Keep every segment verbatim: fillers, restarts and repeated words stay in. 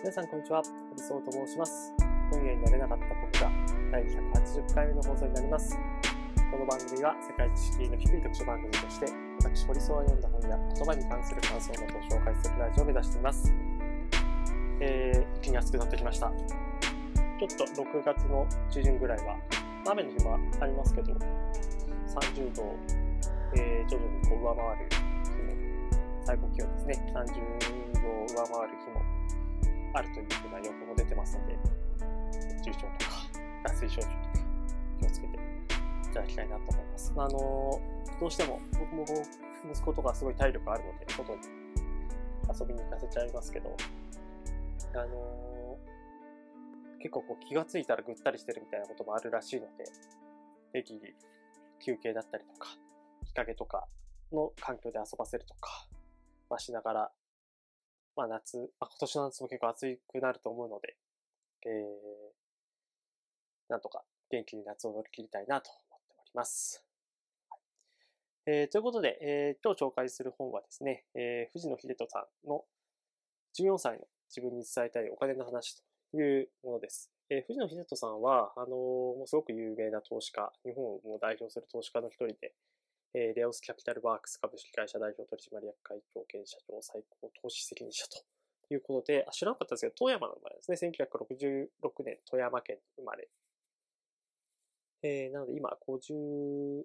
皆さんこんにちは、堀総と申します。本屋になれなかった僕がだいひゃくはちじゅっかいめの放送になります。この番組は世界知識の低い読書番組として、私堀総が読んだ本や言葉に関する感想などを紹介するラジオを目指しています。えー、一気に暑くなってきました。ちょっとろくがつの中旬ぐらいは雨の日もありますけど、さんじゅうどを、えー、徐々にこう上回る日も、最高気温ですね、さんじゅうどを上回る日もあるというふうな予報も出てますので、熱中症とか脱水症状とか気をつけていただきたいなと思います。あのー、どうしても僕も息子とかすごい体力あるので外に遊びに行かせちゃいますけど、あのー、結構こう気がついたらぐったりしてるみたいなこともあるらしいので、適宜休憩だったりとか日陰とかの環境で遊ばせるとか、まあ、しながらまあ夏、まあ、今年の夏も結構暑くなると思うので、えー、なんとか元気に夏を乗り切りたいなと思っております。はい、えー、ということで、えー、今日紹介する本はですね、えー、藤野秀人さんのじゅうよんさいの自分に伝えたいお金の話というものです。えー、藤野秀人さんは、あのー、もうすごく有名な投資家、日本を代表する投資家の一人で、えー、レオスキャピタルワークス株式会社代表取締役会長兼社長最高投資責任者ということで、あ知らなかったですけど、富山の生まれですね。せんきゅうひゃくろくじゅうろくねん、富山県生まれ。えー、なので今、ごじゅう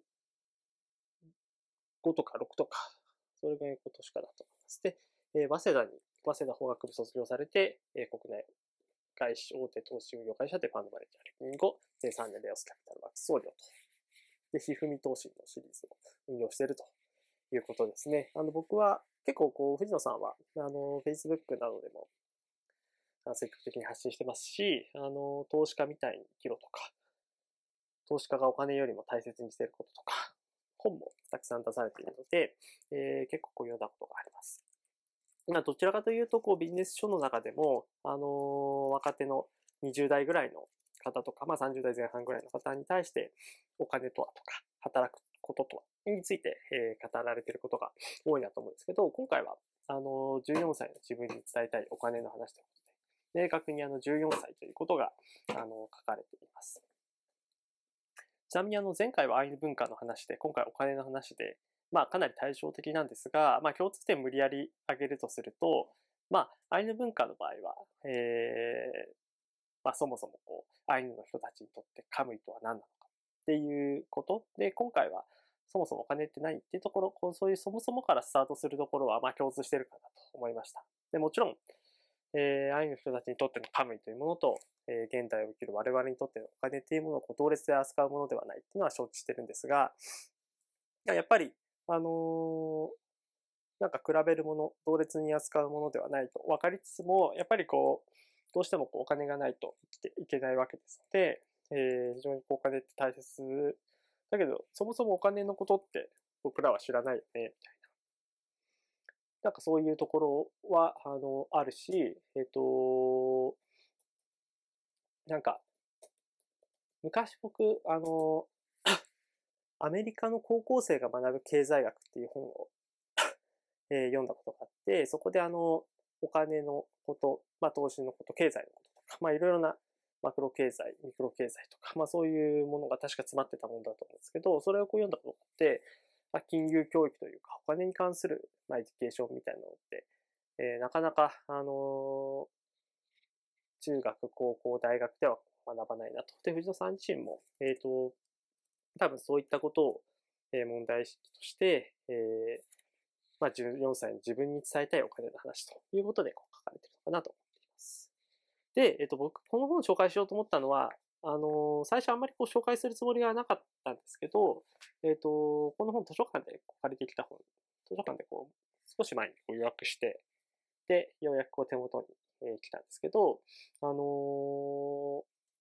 ごとかろくとか、それぐらいの年かなと思います。で、えー、早稲田に、早稲田法学部卒業されて、えー、国内外資大手投資運用会社でファンドマネージャー歴任後、さんねんレオスキャピタルワークスを領と。で、ひふみ投信のシリーズを運用しているということですね。あの、僕は結構こう、藤野さんは、あの、Facebook などでも積極的に発信してますし、あの、投資家みたいに生きろとか、投資家がお金よりも大切にしていることとか、本もたくさん出されているので、えー、結構こう読んだことがあります。まあ、どちらかというと、こう、ビジネス書の中でも、あのー、若手のにじゅうだいぐらいの方とか、まあさんじゅうだいぜん半ぐらいの方に対して、お金とはとか、働くこととはについて、えー、語られていることが多いなと思うんですけど、今回は、あのー、じゅうよんさいの自分に伝えたいお金の話ということで、明確にあのじゅうよんさいということが、あのー、書かれています。ちなみにあの前回はアイヌ文化の話で、今回お金の話で、まあかなり対照的なんですが、まあ共通点無理やり挙げるとすると、まあアイヌ文化の場合は、えー、まあそもそもこう、アイヌの人たちにとってカムイとは何なのかっていうことで、今回はそもそもお金って何っていうところ、こうそういうそもそもからスタートするところはまあ共通しているかなと思いました。でもちろん、えー、アイヌの人たちにとってのカムイというものと、えー、現代を生きる我々にとってのお金というものをこう同列で扱うものではないっていうのは承知してるんですが、やっぱり、あのー、なんか比べるもの、同列に扱うものではないと分かりつつも、やっぱりこう、どうしてもこうお金がないと生きていけないわけですので、えー、非常にお金って大切だけど、そもそもお金のことって僕らは知らないよね、みたいな。なんかそういうところは、あの、あるし、えっと、なんか、昔僕、あの、アメリカの高校生が学ぶ経済学っていう本をえー、読んだことがあって、そこであの、お金のこと、まあ投資のこと、経済のこととか、まあいろいろなマクロ経済、ミクロ経済とか、まあそういうものが確か詰まってたものだと思うんですけど、それをこう読んだことがあって、まあ、金融教育というか、お金に関する、まあ、エデュケーションみたいなのって、えー、なかなか、あのー、中学、高校、大学では学ばないなと。で、藤野さん自身も、えっと、多分そういったことを、えー、問題意識として、えー、まあ、じゅうよんさいの自分に伝えたいお金の話ということでこう書かれているのかなと思っています。で、えっと、僕、この本を紹介しようと思ったのは、あのー、最初あんまりこう紹介するつもりがなかったんですけど、えっと、この本図書館で借りてきた本、図書館でこう、少し前にこう予約して、で、ようやくこう手元に、えー、来たんですけど、あのー、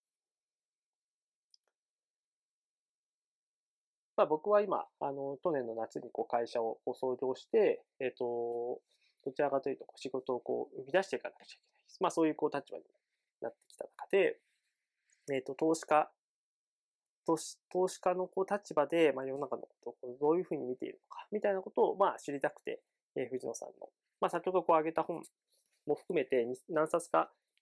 まあ、僕は今、あの、去年の夏にこう会社をこう創業して、えっと、どちらかというと仕事をこう生み出していかなくちゃいけないです。まあそういうこう立場になってきた中で、えっと、投資家、投資投資家のこう立場で、まあ、世の中のことをこうどういうふうに見ているのか、みたいなことをまあ知りたくて、えー、藤野さんの、まあ先ほどこう挙げた本も含めて何冊か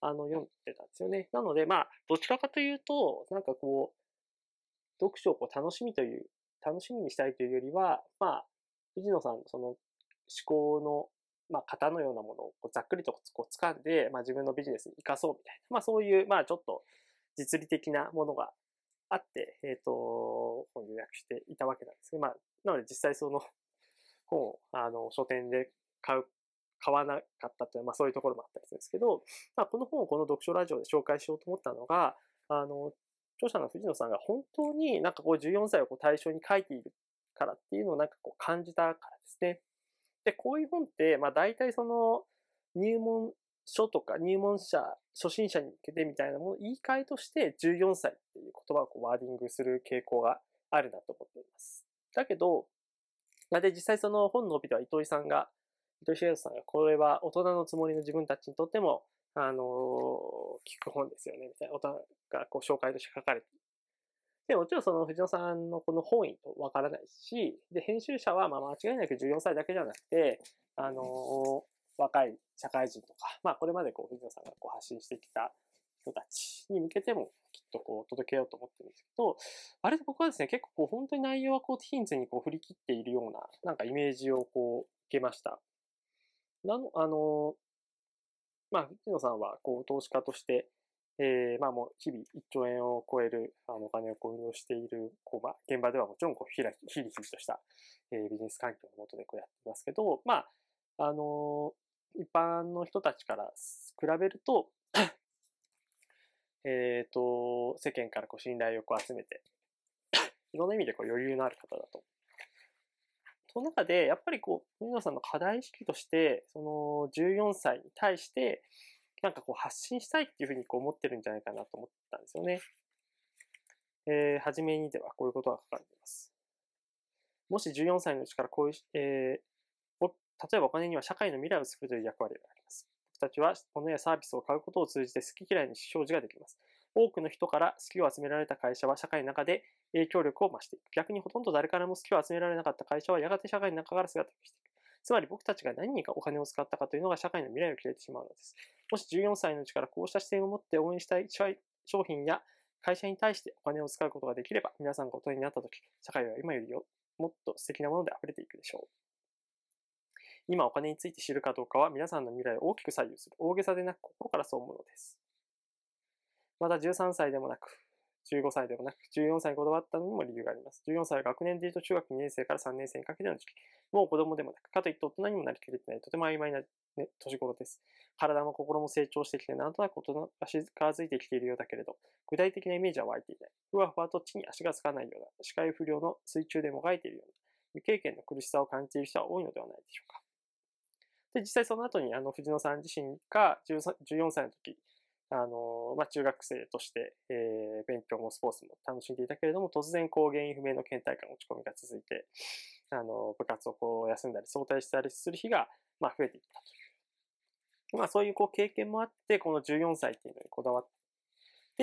あの、読んでたんですよね。なので、まあ、どちらかというと、なんかこう、読書をこう楽しみという、楽しみにしたいというよりは、まあ、藤野さんのその思考の、まあ、型のようなものをこうざっくりとこう掴んで、まあ、自分のビジネスに活かそうみたいな、まあ、そういう、まあ、ちょっと実利的なものがあって、えっ、と、本を予約していたわけなんですけど、まあ、なので実際その本を、あの、書店で買う、買わなかったっていうのは、まあそういうところもあったりするんですけど、まあこの本をこの読書ラジオで紹介しようと思ったのが、あの、著者の藤野さんが本当になんかこうじゅうよんさいをこう対象に書いているからっていうのをなんかこう感じたからですね。で、こういう本って、まあ大体その入門書とか入門者、初心者に向けてみたいなもの、言い換えとしてじゅうよんさいっていう言葉をこうワーディングする傾向があるなと思っています。だけど、で、実際その本の帯では糸井さんが、糸井重里さんが、これは大人のつもりの自分たちにとっても、あのー、聞く本ですよね、みたいな、大人がこう紹介として書かれている。で、もちろんその藤野さんのこの本意とわからないし、で、編集者はまあ間違いなくじゅうよんさいだけじゃなくて、あのー、若い社会人とか、まあこれまでこう藤野さんがこう発信してきた人たちに向けてもきっとこう届けようと思ってるんですけど、あれで僕はですね、結構こう本当に内容はこうティーンズにこう振り切っているような、なんかイメージをこう受けました。なの、あの、まあ、藤野さんはこう投資家として、えー、まあもう日々いっちょうえんを超えるあのお金をこう運用している、こうまあ、現場ではもちろんこうひらひりひりとした、えー、ビジネス環境のもとでこうやっていますけど、まあ、あのー、一般の人たちから比べると、えっと、世間からこう信頼をこう集めて、いろんな意味でこう余裕のある方だと。その中で、やっぱりこう、藤野さんの課題意識として、そのじゅうよんさいに対して、なんかこう発信したいっていうふうにこう思ってるんじゃないかなと思ったんですよね。えー、はじめにではこういうことが書かれています。もしじゅうよんさいのうちからこういう、えー、例えばお金には社会の未来を作るという役割があります。僕たちは物やサービスを買うことを通じて好き嫌いの意思表示ができます。多くの人から好きを集められた会社は社会の中で影響力を増していく。逆にほとんど誰からも好きを集められなかった会社はやがて社会の中から姿を消していく。つまり僕たちが何にお金を使ったかというのが社会の未来を決めてしまうのです。もしじゅうよんさいのうちからこうした視点を持って応援したい商品や会社に対してお金を使うことができれば、皆さんが大人になったとき、社会は今よりもっと素敵なもので溢れていくでしょう。今お金について知るかどうかは皆さんの未来を大きく左右する。大げさでなく心からそう思うのです。またじゅうさんさいでもなく、じゅうごさいでもなく、じゅうよんさいにこだわったのにも理由があります。じゅうよんさいは学年でいうと中学にねん生からさんねん生にかけての時期。もう子供でもなく、かといって大人にもなりきれてない、とても曖昧な、ね、年頃です。体も心も成長してきて、なんとなく大人が近づいてきているようだけれど、具体的なイメージは湧いていない。ふわふわと地に足がつかないような、視界不良の水中でもがいているような、未経験の苦しさを感じている人は多いのではないでしょうか。で、実際その後に、あの、藤野さん自身がじゅうよんさいの時、あの、まあ、中学生として、えー、勉強もスポーツも楽しんでいたけれども、突然、こう、原因不明の倦怠感、落ち込みが続いて、あの、部活をこう、休んだり、早退したりする日が、まあ、増えていったという。まあ、そういう、こう、経験もあって、このじゅうよんさいっていうのにこだわって、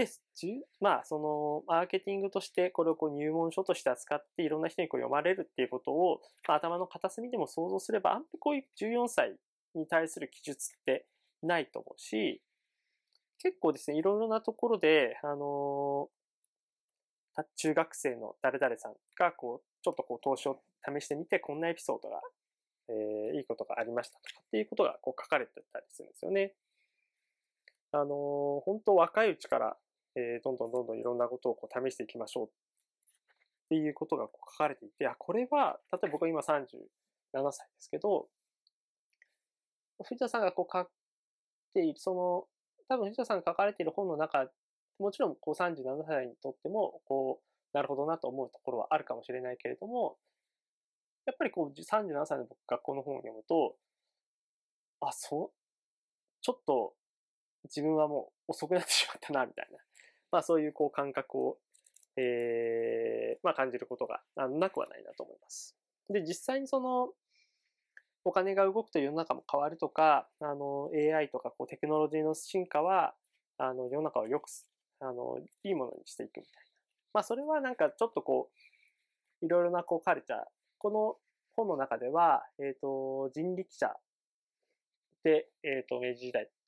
で、まあ、その、マーケティングとして、これをこう入門書として扱って、いろんな人にこう読まれるっていうことを、まあ、頭の片隅でも想像すれば、あんまりこういうじゅうよんさいに対する記述ってないと思うし、結構ですね、いろいろなところで、あのー、中学生の誰々さんが、こう、ちょっとこう、投資を試してみて、こんなエピソードが、えー、いいことがありましたとかっていうことがこう書かれてたりするんですよね。あのー、本当若いうちから、えー、どんどんどんどんいろんなことをこう試していきましょうっていうことがこう書かれていて、あ、これは、例えば僕は今さんじゅうななさいですけど、藤田さんがこう書いている、その、多分藤田さんが書かれている本の中、もちろんこうさんじゅうななさいにとっても、こう、なるほどなと思うところはあるかもしれないけれども、やっぱりこうさんじゅうななさいの僕がこの本を読むと、あ、そう、ちょっと自分はもう遅くなってしまったな、みたいな。まあそういうこう感覚を、えー、まあ感じることがなくはないなと思います。で、実際にその、お金が動くと世の中も変わるとか、あの、エーアイ とかこうテクノロジーの進化は、あの、世の中をよく、あの、いいものにしていくみたいな。まあそれはなんかちょっとこう、いろいろなこうカルチャー、この本の中では、えっと、人力車で、えっと、明治時代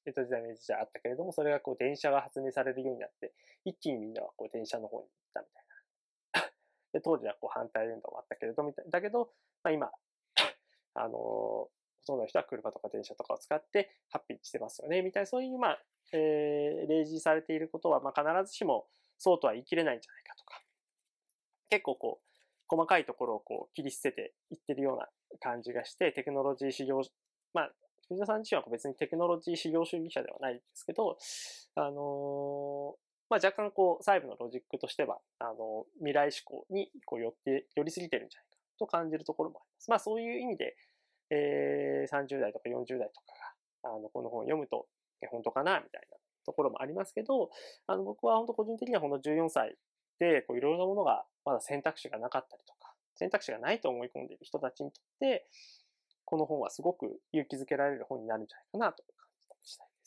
江戸時代、明治時代あったけれども、それがこう電車が発明されるようになって、一気にみんなはこう電車の方に行ったみたいな。で、当時はこう反対運動もあったけれど、みたいだけど、まあ今、あのー、ほとんどの人は車とか電車とかを使ってハッピーにしてますよね、みたいな、そういう、まあ、えー、例示されていることは、まあ必ずしもそうとは言い切れないんじゃないかとか、結構こう、細かいところをこう切り捨てていってるような感じがして、テクノロジー市場、まあ、藤田さん自身は別にテクノロジー市場主義者ではないんですけど、あのー、まあ、若干こう細部のロジックとしては、あの未来志向にこう寄って寄りすぎてるんじゃないかと感じるところもあります。まあそういう意味で、えー、さんじゅう代とかよんじゅう代とかがあのこの本を読むと本当かなみたいなところもありますけど、あの僕は本当個人的にはこのじゅうよんさいでこういろいろなものがまだ選択肢がなかったりとか、選択肢がないと思い込んでいる人たちにとってこの本はすごく勇気づけられる本になるんじゃないかなと感じた次第です。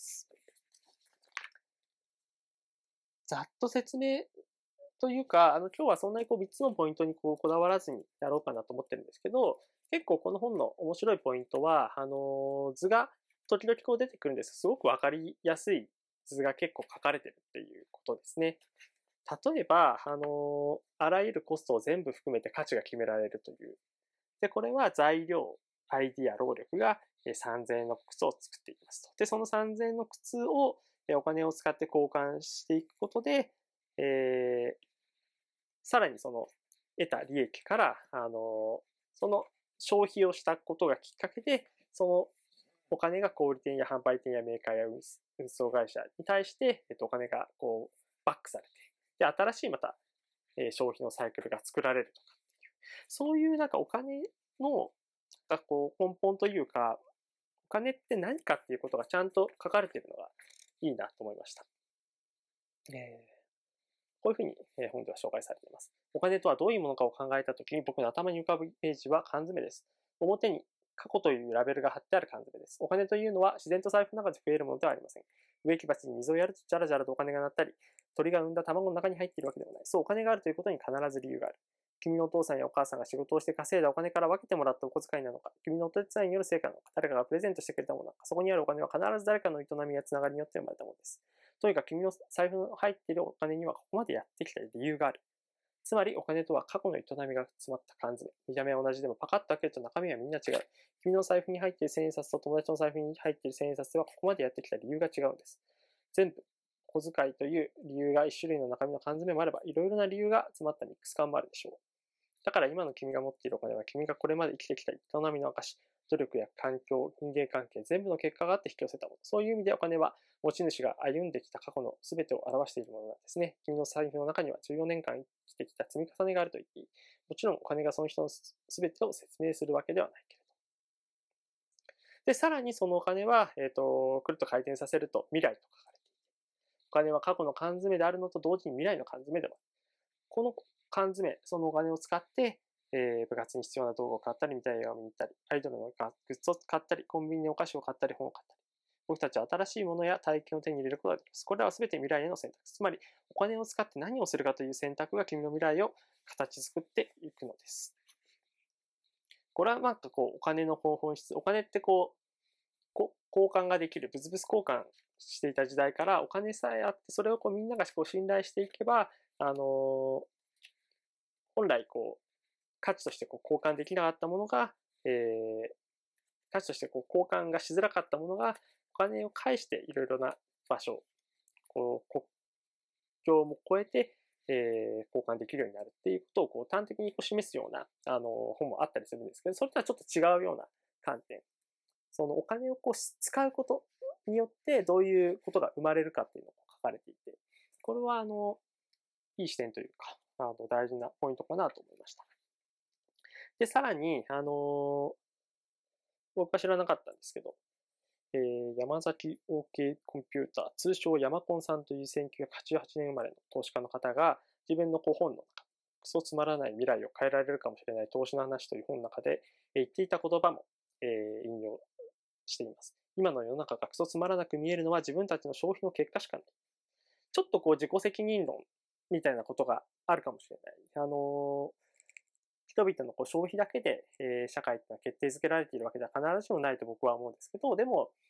ざっと説明というか、あの今日はそんなにこうみっつのポイントにこうこだわらずにやろうかなと思ってるんですけど、結構この本の面白いポイントは、あの図が時々こう出てくるんです。すごくわかりやすい図が結構書かれてるっていうことですね。例えば、あのあらゆるコストを全部含めて価値が決められるという。で、これは材料、アイディア、労力がさんぜんえんの靴を作っていきますと。で、そのさんぜんえんの靴をお金を使って交換していくことで、えー、さらにその得た利益から、あの、その消費をしたことがきっかけで、そのお金が小売店や販売店やメーカーや運送会社に対して、えっと、お金がこうバックされて、で、新しいまた、えー、消費のサイクルが作られるとかっていう、そういうなんかお金のがこう根本というか、お金って何かっていうことがちゃんと書かれているのがいいなと思いました。えー、こういうふうに本では紹介されています。お金とはどういうものかを考えたときに僕の頭に浮かぶイメージは缶詰です。表に過去というラベルが貼ってある缶詰です。お金というのは自然と財布の中で増えるものではありません。植木鉢に水をやるとジャラジャラとお金が鳴ったり、鳥が産んだ卵の中に入っているわけではない。そう、お金があるということに必ず理由がある。君のお父さんやお母さんが仕事をして稼いだお金から分けてもらったお小遣いなのか、君のお手伝いによる成果なのか、誰かがプレゼントしてくれたものなのか、そこにあるお金は必ず誰かの営みやつながりによって生まれたものです。とにかく君の財布の入っているお金にはここまでやってきた理由がある。つまりお金とは過去の営みが詰まった缶詰。見た目は同じでもパカッと開けると中身はみんな違う。君の財布に入っている千円札と友達の財布に入っている千円札ではここまでやってきた理由が違うんです。全部、小遣いという理由が一種類の中身の缶詰もあれば、いろいろな理由が詰まったミックス缶もあるでしょう。だから今の君が持っているお金は君がこれまで生きてきた営みの証、努力や環境、人間関係、全部の結果があって引き寄せたもの。そういう意味でお金は持ち主が歩んできた過去の全てを表しているものなんですね。君の財布の中にはじゅうよねんかん生きてきた積み重ねがあると言っていい。もちろんお金がその人の全てを説明するわけではないけれど。で、さらにそのお金は、えっと、くるっと回転させると未来と書かれていて、お金は過去の缶詰であるのと同時に未来の缶詰でもある。この缶詰、そのお金を使って、えー、部活に必要な道具を買ったり、見たい映画を見に行ったり、アイドルのグッズを買ったり、コンビニにお菓子を買ったり、本を買ったり、僕たちは新しいものや体験を手に入れることができます。これらは全て未来への選択。つまり、お金を使って何をするかという選択が君の未来を形作っていくのです。これはなんかこう、お金の本質、お金ってこう、こ交換ができる、物々交換していた時代から、お金さえあって、それをこうみんながこう信頼していけば、あのー、本来こう、価値としてこう交換できなかったものが、えー、価値としてこう交換がしづらかったものが、お金を返していろいろな場所、こう国境も越えて、えー、交換できるようになるっていうことをこう端的にこう示すようなあの本もあったりするんですけど、それとはちょっと違うような観点。そのお金をこう使うことによってどういうことが生まれるかっていうのが書かれていて、これはあのいい視点というか、あの大事なポイントかなと思いました。で、さらに、あのー、僕は知らなかったんですけど、えー、山崎 OK コンピューター、通称ヤマコンさんというせんきゅうひゃくはちじゅうはちねん生まれの投資家の方が、自分の本の中、クソつまらない未来を変えられるかもしれない投資の話という本の中で、えー、言っていた言葉も、えー、引用しています。今の世の中がクソつまらなく見えるのは自分たちの消費の結果しかない。ちょっとこう自己責任論みたいなことがあるかもしれない。あのー人々のこう消費だけで、えー、社会っていうのは決定づけられているわけでは必ずしもないと僕は思うんですけど、でも、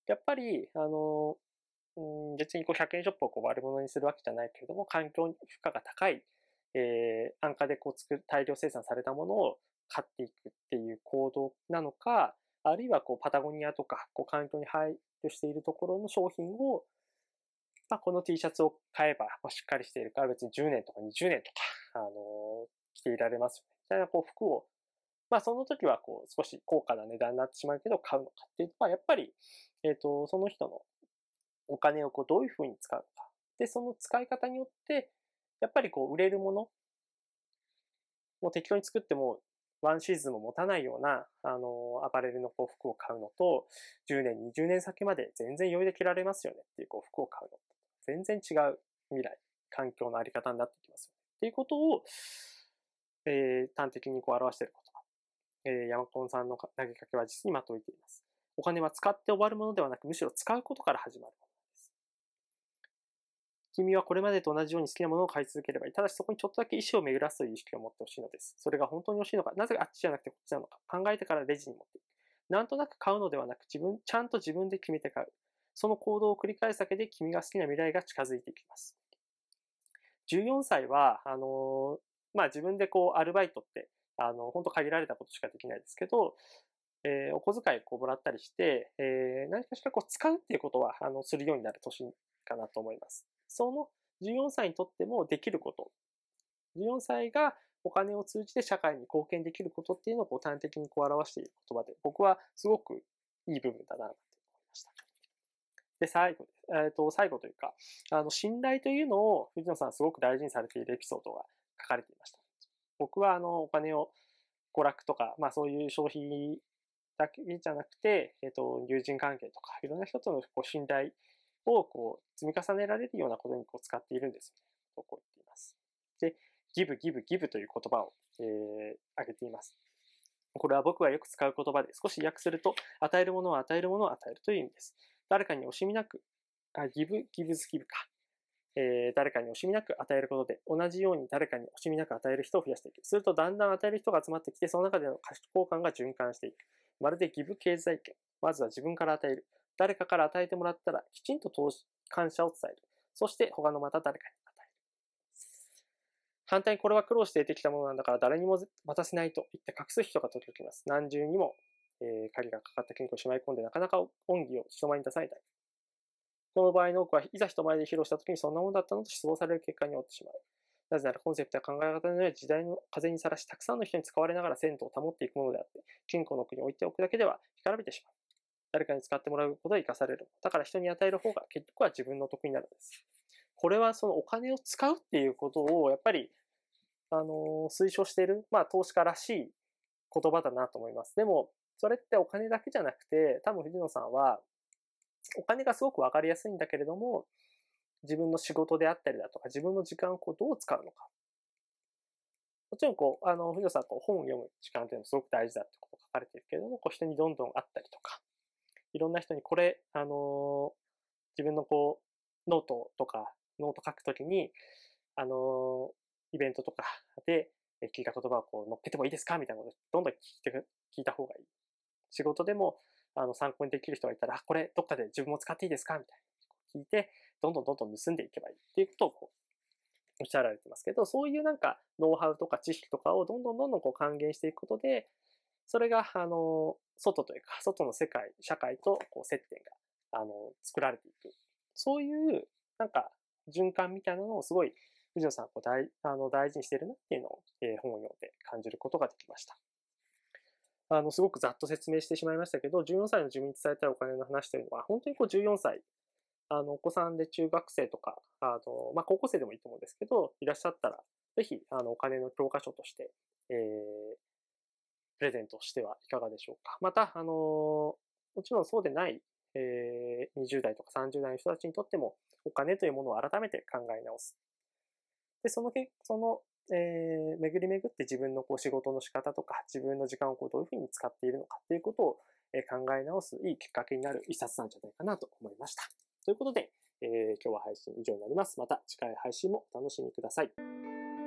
やっぱり、あの、うん、別にこうひゃくえんショップをこう悪者にするわけじゃないけれども、環境負荷が高い、えー、安価でこう作る、大量生産されたものを買っていくっていう行動なのか、あるいはこうパタゴニアとか、こう環境に配慮しているところの商品を、まあ、この T シャツを買えば、まあ、しっかりしているから別にじゅうねんとかにじゅうねんとか、あのー、着ていられますよね。みたいなこう服を、まあその時はこう少し高価な値段になってしまうけど買うのかっていうと、まあやっぱり、えっと、その人のお金をこうどういうふうに使うのか。で、その使い方によって、やっぱりこう売れるものもう適当に作ってもワンシーズンも持たないような、あの、アパレルのこう服を買うのと、じゅうねん、にじゅうねん先まで全然余裕で着られますよねっていうこう服を買うのと、全然違う未来、環境のあり方になってきますよね。っていうことを、えー、端的にこう表している言葉。えー、山コンさんの投げかけは実にまといています。お金は使って終わるものではなく、むしろ使うことから始まるものです。君はこれまでと同じように好きなものを買い続ければいい。ただしそこにちょっとだけ意思を巡らすという意識を持ってほしいのです。それが本当に欲しいのか、なぜあっちじゃなくてこっちなのか、考えてからレジに持っていく。なんとなく買うのではなく、自分、ちゃんと自分で決めて買う。その行動を繰り返すだけで君が好きな未来が近づいていきます。じゅうよんさいは、あのー、まあ自分でこうアルバイトって、あの、本当限られたことしかできないですけど、えー、お小遣いこうもらったりして、えー、何かしらこう使うっていうことは、あの、するようになる年かなと思います。そのじゅうよんさいにとってもできること、じゅうよんさいがお金を通じて社会に貢献できることっていうのをこう端的にこう表している言葉で、僕はすごくいい部分だなと思いました。で、最後です。えっと、最後というか、あの、信頼というのを藤野さんすごく大事にされているエピソードが書かれていました。僕はあの、お金を娯楽とか、まあそういう消費だけじゃなくて、えっと、友人関係とか、いろんな人とのこう信頼をこう積み重ねられるようなことにこう使っているんですよね。とこう言っています。で、ギブ、ギブ、ギブという言葉を、えー、挙げています。これは僕がよく使う言葉で、少し訳すると、与えるものは与えるものを与えるという意味です。誰かに惜しみなく、あ、ギブ、ギブズギブか。えー、誰かに惜しみなく与えることで、同じように誰かに惜しみなく与える人を増やしていく。すると、だんだん与える人が集まってきて、その中での可視交換が循環していく。まるでギブ経済圏。まずは自分から与える。誰かから与えてもらったら、きちんと投資、感謝を伝える。そして、他のまた誰かに与える。反対にこれは苦労して得てきたものなんだから誰にも渡せないと言って隠す人が時々います。何重にも、えー、鍵がかかった金庫をしまい込んでなかなか恩義を人前に出さないタイプ。この場合の多くはいざ人前で披露した時にそんなものだったのと失望される結果に終わってしまう。なぜならコンセプトや考え方のように時代の風にさらしたくさんの人に使われながら鮮度を保っていくものであって、金庫の奥に置いておくだけでは干からびてしまう。誰かに使ってもらうことで生かされる。だから人に与える方が結局は自分の得になるんです。これはそのお金を使うっていうことをやっぱりあの推奨している、まあ投資家らしい言葉だなと思います。でも、それってお金だけじゃなくて、多分藤野さんは、お金がすごくわかりやすいんだけれども、自分の仕事であったりだとか、自分の時間をこうどう使うのか。もちろん、こう、あの、藤野さんはこう本を読む時間っていうのもすごく大事だってことが書かれているけれども、こう人にどんどん会ったりとか、いろんな人にこれ、あの自分のこう、ノートとか、ノート書くときに、あのイベントとかで聞いた言葉をこう乗っけてもいいですかみたいなことをどんどん聞いて聞いた方がいい。仕事でもあの参考にできる人がいたら、あ、これどっかで自分も使っていいですかみたいな聞いて、どんどんどんどん盗んでいけばいいっていうことをこうおっしゃられてますけど、そういうなんかノウハウとか知識とかをどんどんどんどんこう還元していくことで、それがあの外というか、外の世界、社会とこう接点があの作られていく。そういうなんか循環みたいなのをすごい藤野さんこう大あの大事にしてるなっていうのを、えー、本を読んで感じることができました。あのすごくざっと説明してしまいましたけど、じゅうよんさいの自分に伝えたいお金の話というのは、本当にこうじゅうよんさい、あのお子さんで中学生とか、あのまあ、高校生でもいいと思うんですけど、いらっしゃったら、ぜひあのお金の教科書として、えー、プレゼントしてはいかがでしょうか。また、あのもちろんそうでない、えー、にじゅう代とかさんじゅう代の人たちにとっても、お金というものを改めて考え直す。で、そのけ、その、えー、巡り巡って自分のこう仕事の仕方とか、自分の時間をこうどういうふうに使っているのかっていうことを、えー、考え直すいいきっかけになる一冊なんじゃないかなと思いました。ということで、えー、今日は配信以上になります。また次回配信もお楽しみください。